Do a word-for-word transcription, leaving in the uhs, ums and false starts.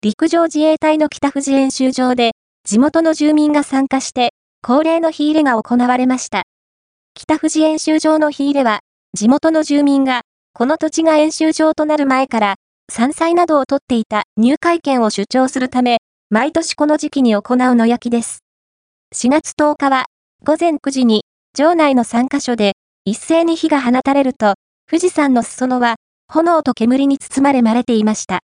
陸上自衛隊の北富士演習場で、地元の住民が参加して、恒例の火入れが行われました。北富士演習場の火入れは、地元の住民が、この土地が演習場となる前から、山菜などを取っていた入会権を主張するため、毎年この時期に行う野焼きです。しがつとおかは、午前くじに、城内のさんカ所で、一斉に火が放たれると、富士山の裾野は、炎と煙に包まれ慣れていました。